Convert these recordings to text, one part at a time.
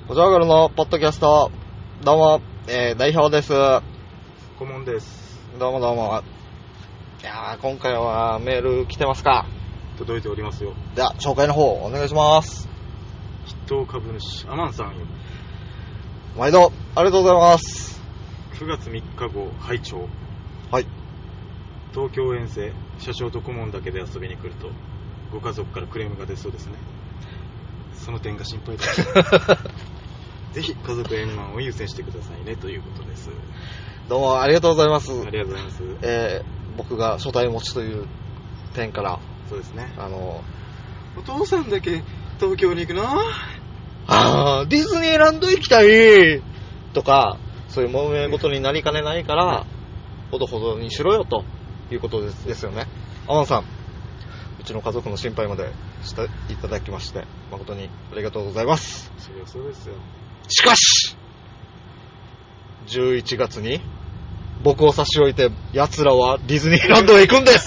おじゃがるのポッドキャスト、どうも、代表です。 顧問です。 どうもどうも。いやー、今回はメール来てますか？ 届いておりますよ。 では、紹介の方、お願いします。 筆頭株主、アマンさんよ。 毎度、ありがとうございます。 9月3日号、拝聴。 はい。 東京遠征、社長と顧問だけで遊びに来ると、ご家族からクレームが出そうですね。その点が心配です。ぜひ家族円満を優先してくださいねということです。 どうもありがとうございます。 ありがとうございます。 僕が初対持ちという点から、 そうですね。 お父さんだけ東京に行くの？ ディズニーランド行きたいとか、そういう揉め事になりかねないから、ほどほどにしろよということですよね。アマンさん、うちの家族の心配までしていただきまして、誠にありがとうございます。 そりゃそうですよ。 しかし、11月に僕を差し置いて奴らはディズニーランドへ行くんです。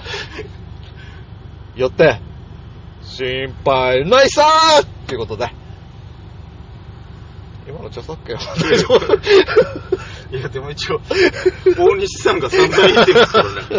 よって、心配ないさーっていうことで。今の著作権は大丈夫？ いや、でも一応、大西さんが散々言ってますからね。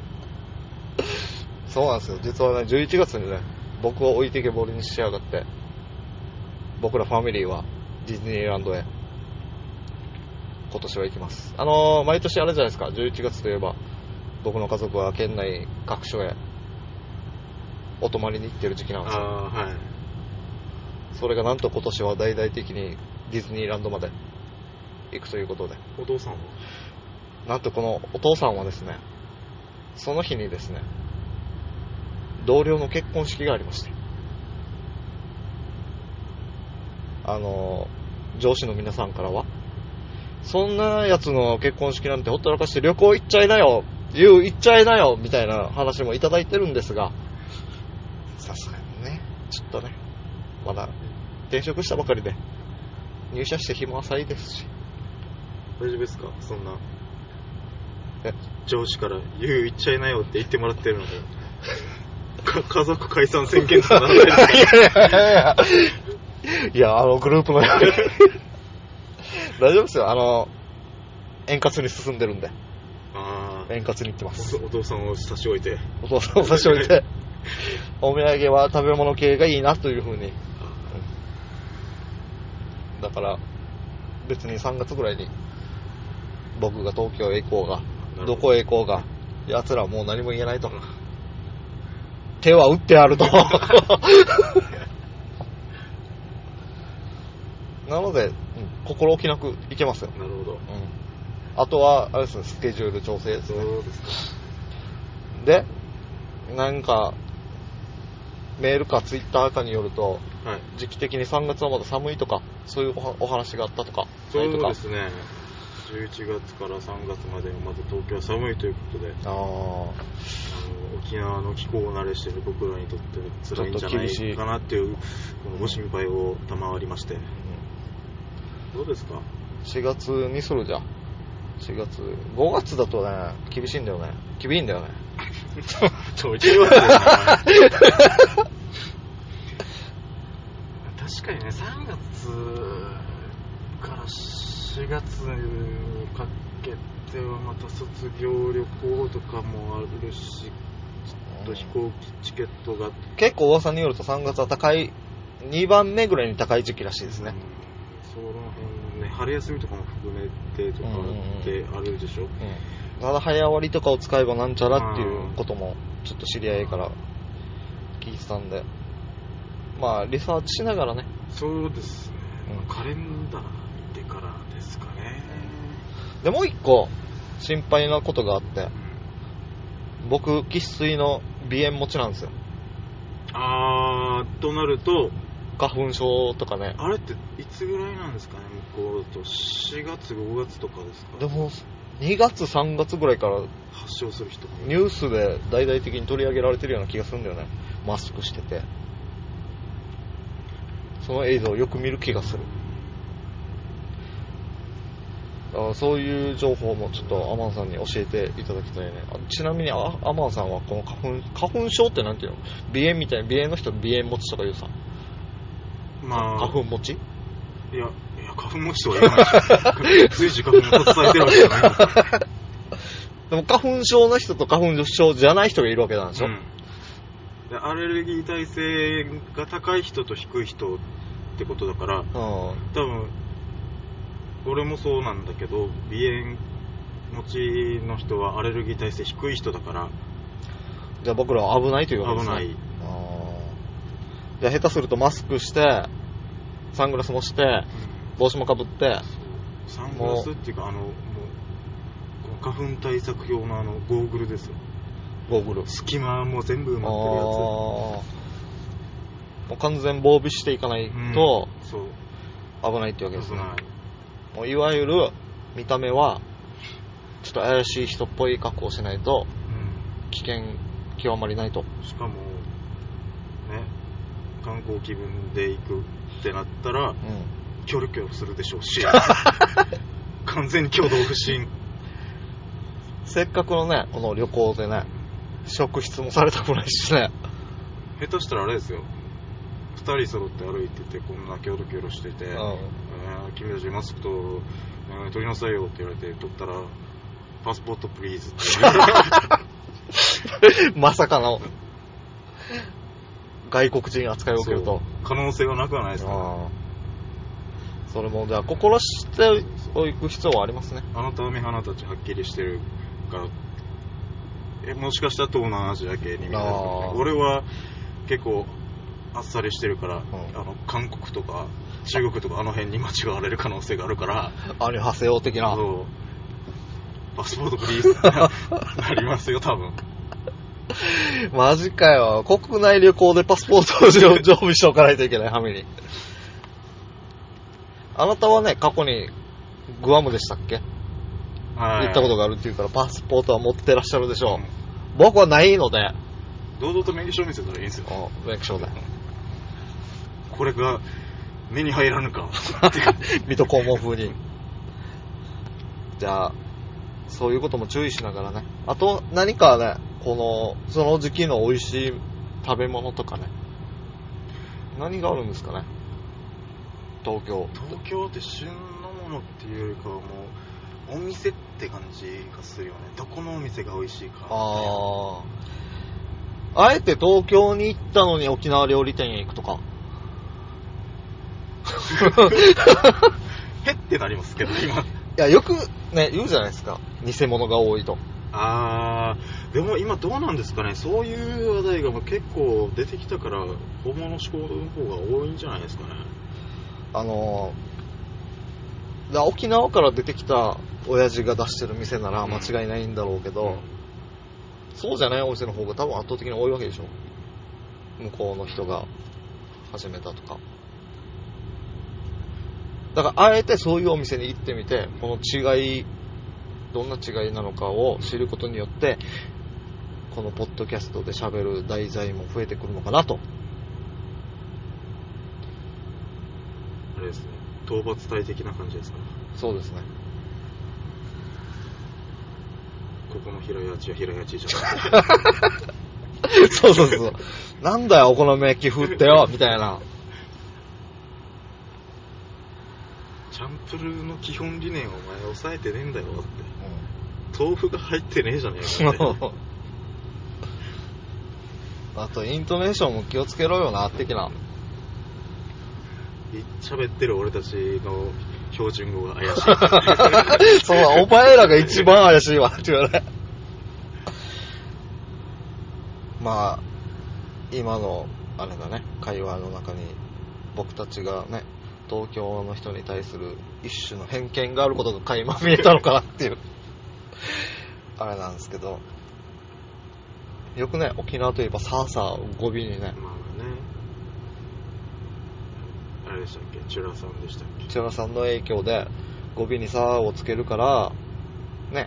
そうなんですよ。実はね、11月にね、僕を置いてけぼりにしやがって、僕らファミリーはディズニーランドへ今年は行きます。毎年あれじゃないですか、11月といえば僕の家族は県内各所へお泊まりに行ってる時期なんですよ。 はい。 それがなんと今年は大々的にディズニーランドまで行くということで、 お父さんは？ なんとこのお父さんはですね、その日にですね、同僚の結婚式がありまして、上司の皆さんからは、そんなやつの結婚式なんてほったらかして旅行行っちゃいなよ、行っちゃいなよみたいな話もいただいてるんですが、さすがにね、ちょっとね、まだ転職したばかりで入社して日も浅いですし。 大丈夫ですか？そんな上司から言っちゃいなよって言ってもらってるので家族解散宣言とかならないですか？ いや、グループのやり大丈夫ですよ。円滑に進んでるんで。円滑に行ってます。 お父さんを差し置いて。 お父さんを差し置いて。お土産は食べ物系がいいなというふうに。だから、別に3月ぐらいに、僕が東京へ行こうが、どこへ行こうが、奴らはもう何も言えないと。手は打ってあると。なので、心置きなく行けますよ。 なるほど。 あとは、あれですね、スケジュール調整ですね。 そうですか。 で、なんか、メールかツイッターかによると、 はい、 時期的に3月はまだ寒いとか、そういうお話があったとか、 そうですね。11月から3月まではまだ東京は寒いということで、沖縄の気候を慣れしている僕らにとって辛いんじゃないかなっていうご心配を賜りまして、どうですか ？4月にするじゃん。4月、5月だとね、厳しいんだよね。厳しいんだよね。 ちょいちょいですね。確かにね、3月から4月にかけてはまた卒業旅行とかもあるし、飛行機チケットが結構噂によると3月は高い、2番目ぐらいに高い時期らしいですね。 その辺ね、春休みとかも含めてとかってあるでしょ。 ただ早割とかを使えばなんちゃらっていうこともちょっと知り合いから聞いてたんで、まあリサーチしながらね。 そうですね、カレンダー見てからですかね。 でもう一個心配なことがあって、僕生粋の鼻炎持ちなんですよ。 となると花粉症とかね。 あれっていつぐらいなんですかね。向こうだと4月5月とかですか。 でも2月3月ぐらいから発症する人がニュースで大々的に取り上げられてるような気がするんだよね。マスクしてて、その映像をよく見る気がする。そういう情報もちょっとアマンさんに教えていただきたいね。ちなみにアマンさんはこの花粉症ってなんていうの？鼻炎みたいな、鼻炎の人鼻炎持ちとか言うさ。花粉持ち？ いや花粉持ちとは言わないし随時花粉を携えてるわけじゃないのでも花粉症の人と花粉症じゃない人がいるわけなんでしょ、 でアレルギー耐性が高い人と低い人ってことだから、多分俺もそうなんだけど、鼻炎持ちの人はアレルギー耐性低い人だから、 じゃあ僕らは危ないというわけですね。 危ない。 じゃあ下手するとマスクしてサングラスもして、帽子もかぶって、 サングラスっていうかもう花粉対策用のゴーグルですよ。 ゴーグル。 隙間も全部埋まってるやつ。 もう完全防備していかないと、 そう危ないってわけですね。 危ない。 もういわゆる見た目はちょっと怪しい人っぽい格好をしないと、危険極まりないと。 しかもね、観光気分で行くってなったら、キョロキョロするでしょうし完全に挙動不審。 せっかくのね、この旅行でね、職質もされたくないしね。 下手したらあれですよ、2人揃って歩いててこんなキョロキョロしてて、君たちマスクと、取りなさいよって言われて取ったらパスポートプリーズってまさかの外国人扱いを受けると。 可能性はなくはないですから。 それもじゃあ心しておく必要はありますね。 あなたは目鼻たちはっきりしてるからもしかしたら東南アジア系に見えるかも。俺は結構あっさりしてるから、韓国とか中国とかあの辺に間違われる可能性があるから、 アニハセヨ的な。 パスポートプリーズってなりますよ多分。 マジかよ。国内旅行でパスポートを常備しておかないといけない、ファミリー。あなたはね、過去にグアムでしたっけ、行ったことがあるっていうから、パスポートは持ってらっしゃるでしょう。僕はないので。 堂々と免許証見せたらいいんですよ。 免許証で。 これが目に入らぬか。 水戸黄門風に。じゃあ、そういうことも注意しながらね。あと、何かね、その時期の美味しい食べ物とかね。何があるんですかね。東京って旬のものっていうよりかはもうお店って感じがするよね。どこのお店が美味しいか。 あえて東京に行ったのに沖縄料理店へ行くとか。 へってなりますけど今。いや、よくね言うじゃないですか。偽物が多いと。 でも今どうなんですかね。そういう話題が結構出てきたから本物志向の方が多いんじゃないですかね。 沖縄から出てきた親父が出してる店なら間違いないんだろうけど、そうじゃないお店の方が多分圧倒的に多いわけでしょ。向こうの人が始めたとか。だからあえてそういうお店に行ってみて、この違い、どんな違いなのかを知ることによって、このポッドキャストで喋る題材も増えてくるのかなと。 あれですね、討伐隊的な感じですか。 そうですね。 ここの平屋地は平屋地じゃなくてそうそうそう。なんだよお好み焼き振ってよみたいな。 チャンプルーの基本理念をお前抑えてねえんだよって、豆腐が入ってねえじゃねえかってあとイントネーションも気をつけろよな的な。 喋ってる俺たちの標準語が怪しいそう、お前らが一番怪しいわって言われ。まあ今のあれだね、会話の中に僕たちがね、東京の人に対する一種の偏見があることが垣間見えたのかなっていうあれなんですけど、よくね、沖縄といえばサーサー語尾にね、 まあね、あれでしたっけ、チュラさんでしたっけ。 チュラさんの影響で語尾にサーをつけるからね。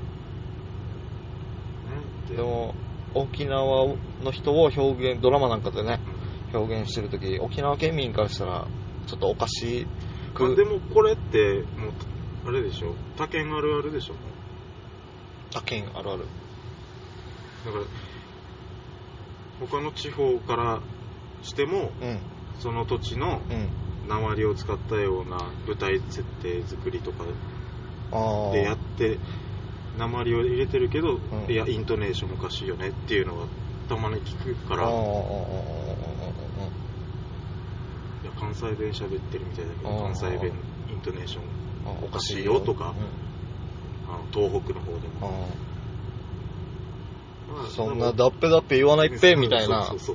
でも沖縄の人を表現、ドラマなんかでね、表現してるとき、沖縄県民からしたらちょっとおかしく。 でもこれってもうあれでしょ、他県あるあるでしょ。 他県あるあるだから他の地方からしても、その土地の鉛を使ったような舞台設定作りとかでやって鉛を入れてるけど、いやイントネーションおかしいよねっていうのはたまに聞くから、いや関西弁喋ってるみたいだけど関西弁イントネーションおかしいよとか、東北の方でも、 そんなダッペダッペ言わないっぺみたいな。 そう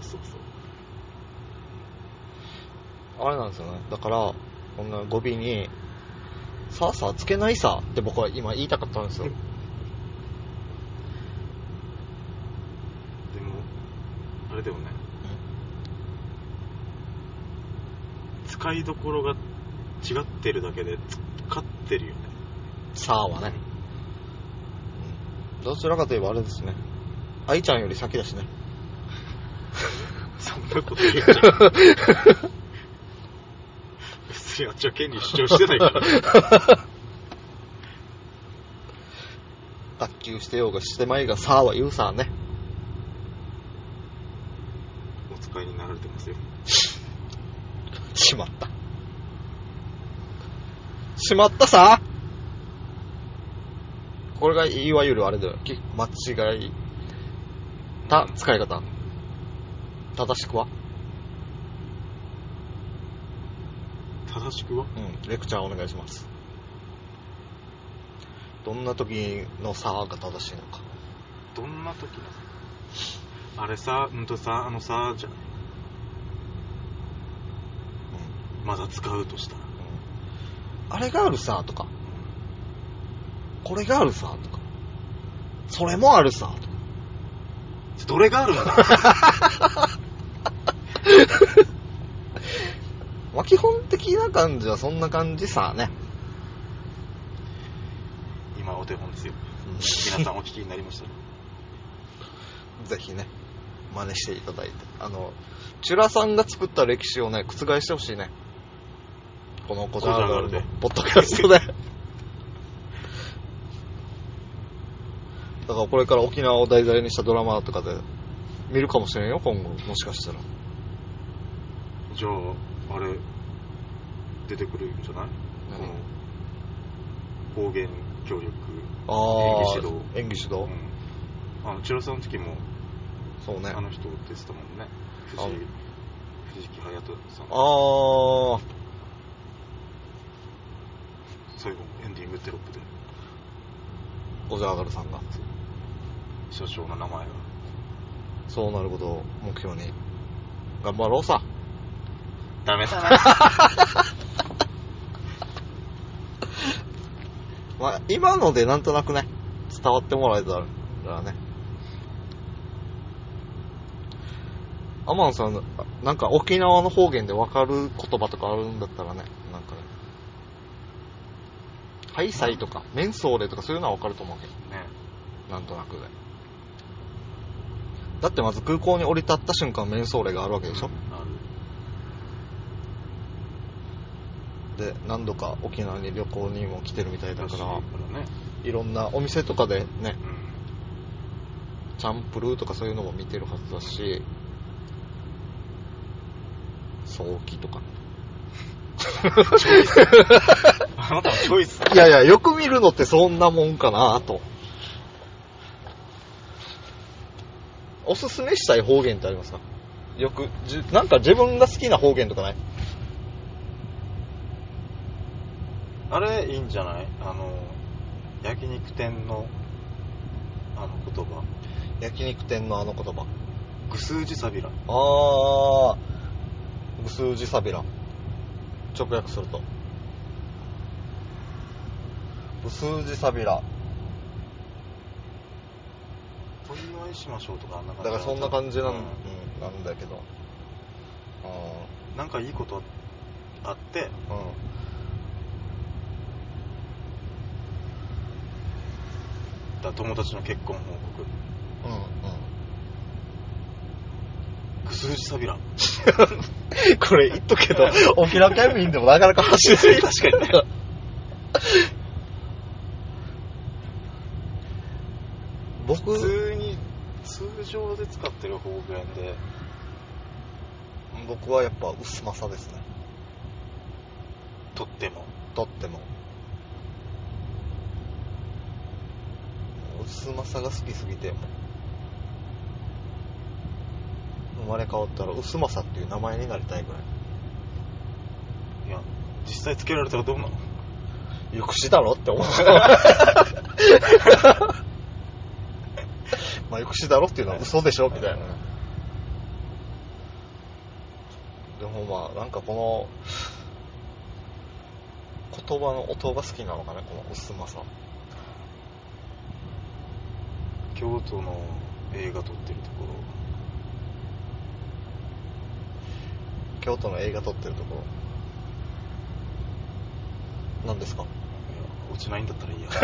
あれなんですよね。だからこんな語尾にさあさあつけないさって僕は今言いたかったんですよ。 でもあれでもね、使いどころが違ってるだけで使ってるよね。 さあはね、どちらかといえばあれですね、愛ちゃんより先だしね。 そんなこと言うじゃん。別にあっちは権利主張してないからね。 卓球してようがしてまいがさあは言うさね。 お使いになられてますよ。 しまったしまったさ。これがいわゆるあれだよ、間違いた使い方。正しくはレクチャーお願いします。どんな時のさが正しいのか。 どんな時のあれさ、さ、さじゃない、まだ使うとしたら、 あれがあるさとか、これがあるさとか、それもあるさとか、 どれがあるんだ。 まあ基本的な感じはそんな感じさね。 今お手本ですよ。皆さんお聞きになりましたね。 ぜひね、真似していただいて、チュラさんが作った歴史をね、覆してほしいね。このコジャーガールのポッドキャストで。だからこれから沖縄を題材にしたドラマとかで見るかもしれんよ、今後。もしかしたら。 じゃあ、あれ、出てくるんじゃない？この方言協力演技指導、 チュラさんの時もそうね、 あの人出てたもんね。藤木隼人さん。最後エンディングテロップでコジャーガールさんが社長の名前が、 そうなることを目標に頑張ろうさ。 ダメだな。 まあ今のでなんとなくね伝わってもらえたらね。アマンさん、なんか沖縄の方言で分かる言葉とかあるんだったらね、なんかね、ハイサイとかメンソーレとかそういうのは分かると思うけどね、なんとなくで。だってまず空港に降り立った瞬間メンソーレがあるわけでしょ、で何度か沖縄に旅行にも来てるみたいだから、ね、いろんなお店とかでね、チャンプルーとかそういうのも見てるはずだし、早期とかね。 あなたのチョイス。 いやいや、よく見るのってそんなもんかなと。おすすめしたい方言ってありますか？なんか自分が好きな方言とかない？ あれいいんじゃない？焼肉店の言葉。 焼肉店の言葉。 ぐすうじさびら。 ぐすうじさびら。直訳すると。ぐすうじさびら。 お祝いしましょうとか、 だからそんな感じなんだけど。 なんかいいことあって、友達の結婚報告。ぐすうじさびら。 これ言っとくけど、沖縄県民でもなかなか発信する。 確かにね。普通に通常で使ってる方言で、 僕はやっぱ薄まさですね。 とっても薄政が好きすぎて、もう生まれ変わったら薄政っていう名前になりたいぐらい。 いや実際つけられたらどうなの？ ゆくしだろって思う。まあゆくしだろっていうのは嘘でしょみたいなね。でもまあなんかこの言葉の音が好きなのかね、この薄政。 京都の映画撮ってるところ。 京都の映画撮ってるところ。何ですか？ いや落ちないんだったらいいや。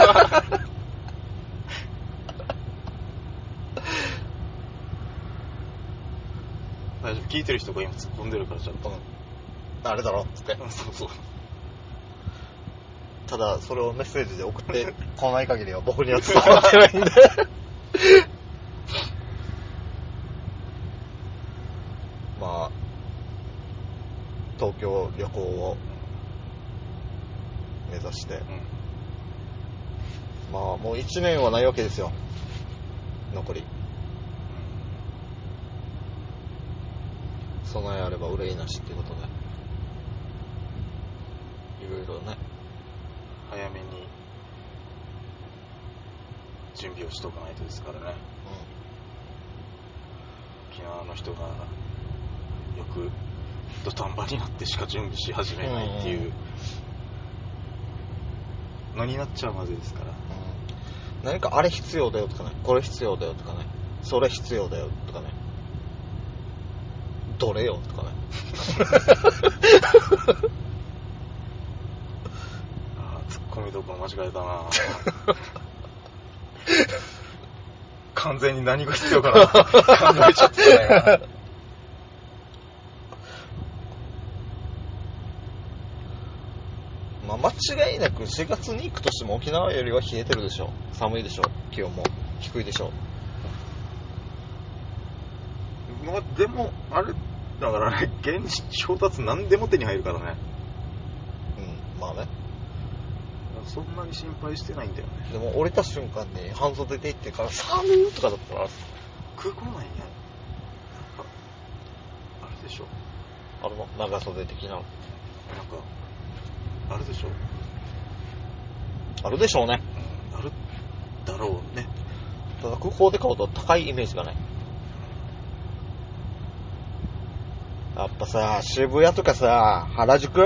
大丈夫、聞いてる人が今突っ込んでるからちゃんと。 あれだろっつって。 そうそう。 ただそれをメッセージで送ってこない限りは僕には伝わってないんで。まあ東京旅行を目指して、まあもう1年はないわけですよ、残り。備えあれば憂いなしっていうことで、いろいろね、 早めに準備をしとかないとですからね。沖縄の人がよく土壇場になってしか準備し始めないっていうのになっちゃうまずいですから、 何かあれ必要だよとかね、これ必要だよとかね、それ必要だよとかね、どれよとかね。 あーツッコミどころ間違えたな。完全に何が必要かな考えちゃってたね。 まあ間違いなく4月に行くとしても沖縄よりは冷えてるでしょ、寒いでしょ、気温も低いでしょ。 まあでもあれだからね、現地調達何でも手に入るからね。 まあね。 そんなに心配してないんだよね。 でも降りた瞬間に半袖で行ってから寒いとかだったら空港内になんかあれでしょ、 あるの長袖的なのなんかあるでしょ、 あるでしょうね。 あるだろうね。 ただ空港で買うと高いイメージがない。やっぱさ、渋谷とかさ、原宿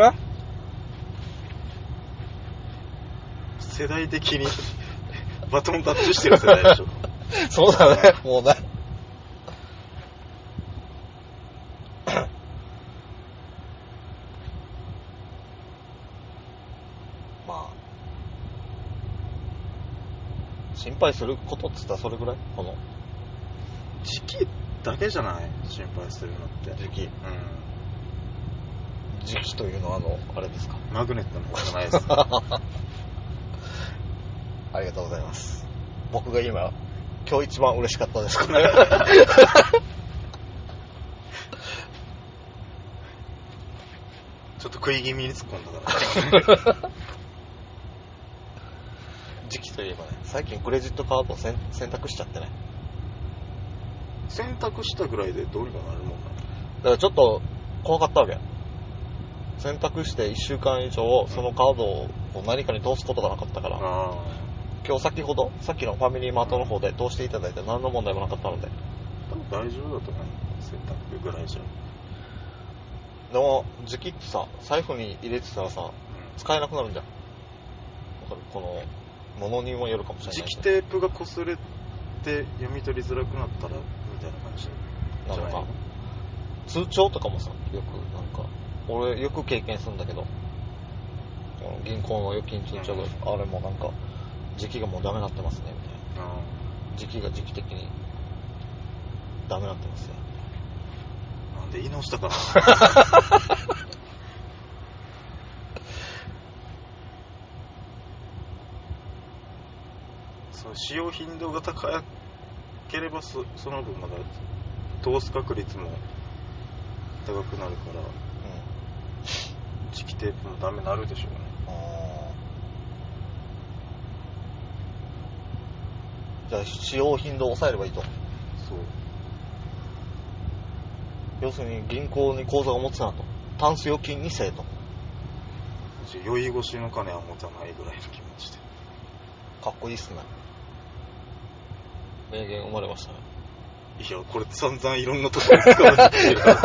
世代的にバトンタッチしてる世代でしょ。 そうだね、もうね。まあ、心配することって言ったらそれぐらいこの時期だけじゃない心配するのって。 時期。時期というのはあれですか。 マグネットの方じゃないです。 ありがとうございます。僕が今日一番嬉しかったですこれ。 ちょっと食い気味に突っ込んだから。 時期といえばね、最近クレジットカードを選択しちゃってね。 選択したぐらいでどうにかなるもんなの？ だからちょっと怖かったわけ。選択して1週間以上そのカードを何かに通すことがなかったから、今日先ほどさっきのファミリーマートの方で通していただいて何の問題もなかったので、 多分大丈夫だと思う。選択ぐらいじゃ。 でも時期ってさ、財布に入れてたらさ、使えなくなるんじゃん。このものにもよるかもしれない磁気テープが擦れて読み取りづらくなったらみたいな感じなのか。 じゃないの？ 通帳とかもさ、よくなんか俺よく経験するんだけど、この銀行の預金通帳が、あれもなんか時期がもうダメになってますねみたいな。時期が時期的にダメになってますよ。 なんで言い直したかな。そう、使用頻度が高ければその分まだ通す確率も高くなるから、時期テープもダメになるでしょうね。 じゃあ使用頻度を抑えればいいと。 そう。 要するに銀行に口座を持つなと。タンス預金にせえと。 酔い越しの金は持たないぐらいの気持ちで。 かっこいいっすね。名言生まれましたね。 いや、これ散々いろんなところに使われてるから。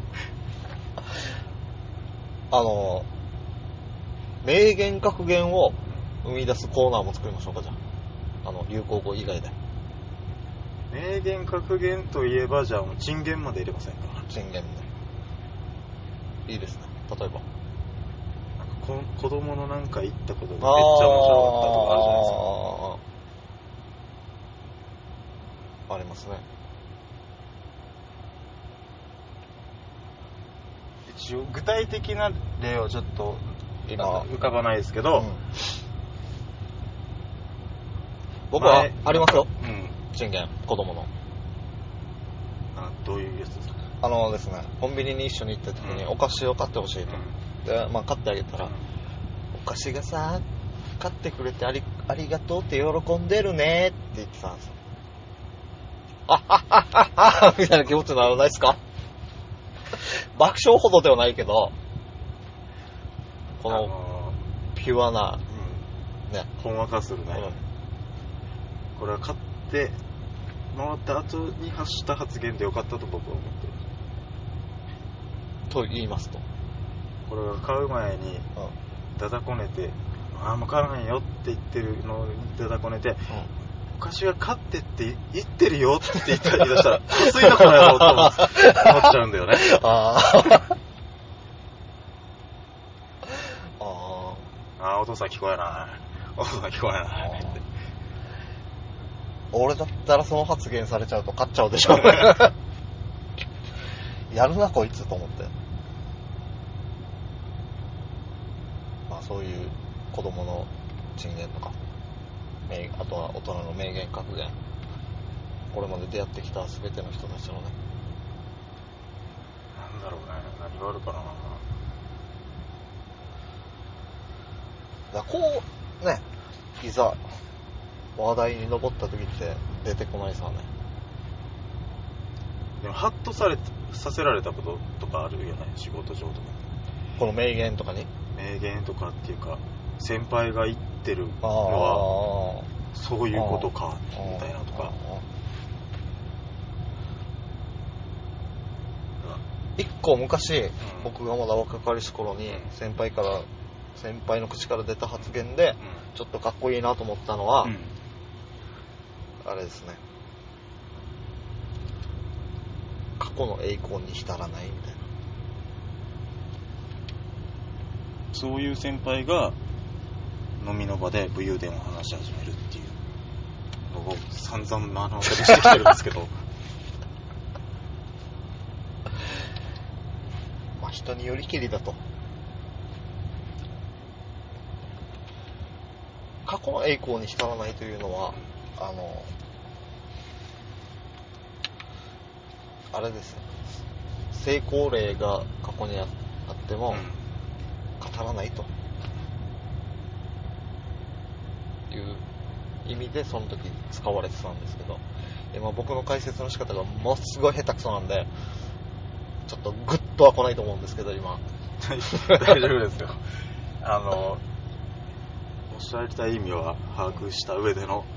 名言格言を生み出すコーナーも作りましょうか、じゃあ。流行語以外で。 名言格言といえば、じゃあもう珍言まで入れませんか。 珍言ね。いいですね。例えば。 なんか子供のなんか言ったことがめっちゃ面白かったとかあるじゃないですか。 ありますね。 一応具体的な例はちょっと今浮かばないですけど、 僕はありますよ。珍言、子供の。 どういうやつですか？ ですね、コンビニに一緒に行った時にお菓子を買ってほしいと。で、買ってあげたら、お菓子がさ、買ってくれてありがとうって喜んでるねって言ってたんですよ。みたいな気持ちにならないですか？爆笑ほどではないけど、このピュアな、 ね、ほんわかするね。これは買って回った後に発した発言でよかったと僕は思ってる。 と言いますと、 これは買う前にだだこねて、もう買わないよって言ってるのにだだこねて、お菓子が買ってって言ってるよって言い出したら、かすいなこの野郎と思っちゃうんだよね。お父さん聞こえない。お父さん聞こえないって。 俺だったらその発言されちゃうと買っちゃうでしょ。やるなこいつと思って。そういう子供の珍言とか、あとは大人の名言格言、これまで出会ってきた全ての人たちのね。 なんだろうね、何があるかな。 こうね、いざ話題に上った時って出てこないさね。 でもハッとさせられたこととかあるよね、仕事上とか。 この名言とかに？ 名言とかっていうか、先輩が言ってるのはそういうことかみたいなとか。 一個昔、僕がまだ若かりし頃に先輩の口から出た発言で、ちょっとかっこいいなと思ったのは、あれですね。過去の栄光に浸らないみたいな。 そういう先輩が飲みの場で武勇伝を話し始めるっていうのを散々目の当たりしてきてるんですけど。 人によりきりだと。過去の栄光に浸らないというのは、あれですね。成功例が過去にあっても、語らないという意味でその時使われてたんですけど、今僕の解説の仕方がものすごい下手くそなんで、ちょっとグッとは来ないと思うんですけど、今。 大丈夫ですよ。おっしゃりたい意味は把握した上での、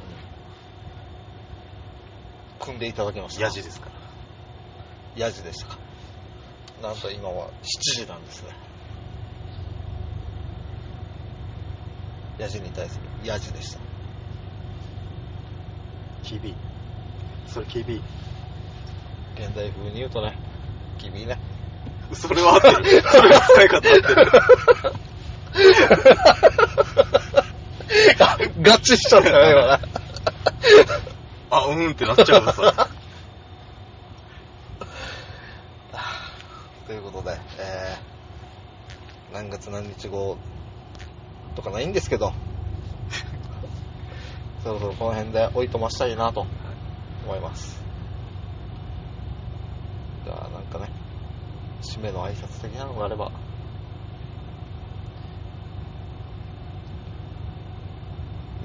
組んでいただきました。 ヤジですから。 ヤジでしたか。なんと今は7時なんですね。ヤジに対するヤジでした。 キビ。それキビ。 現代風に言うとね、キビね。 それは合ってる。それが使い方合ってる。 ガチしちゃったね、今ね。 ってなっちゃうのさ。 ということで、何月何日後とかないんですけど、そろそろこの辺でおいとましたいなと思います。じゃあなんかね、締めの挨拶的なのがあれば。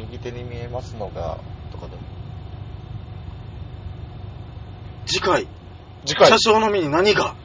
右手に見えますのが、とかでも。 次回、 次回車掌の身に何が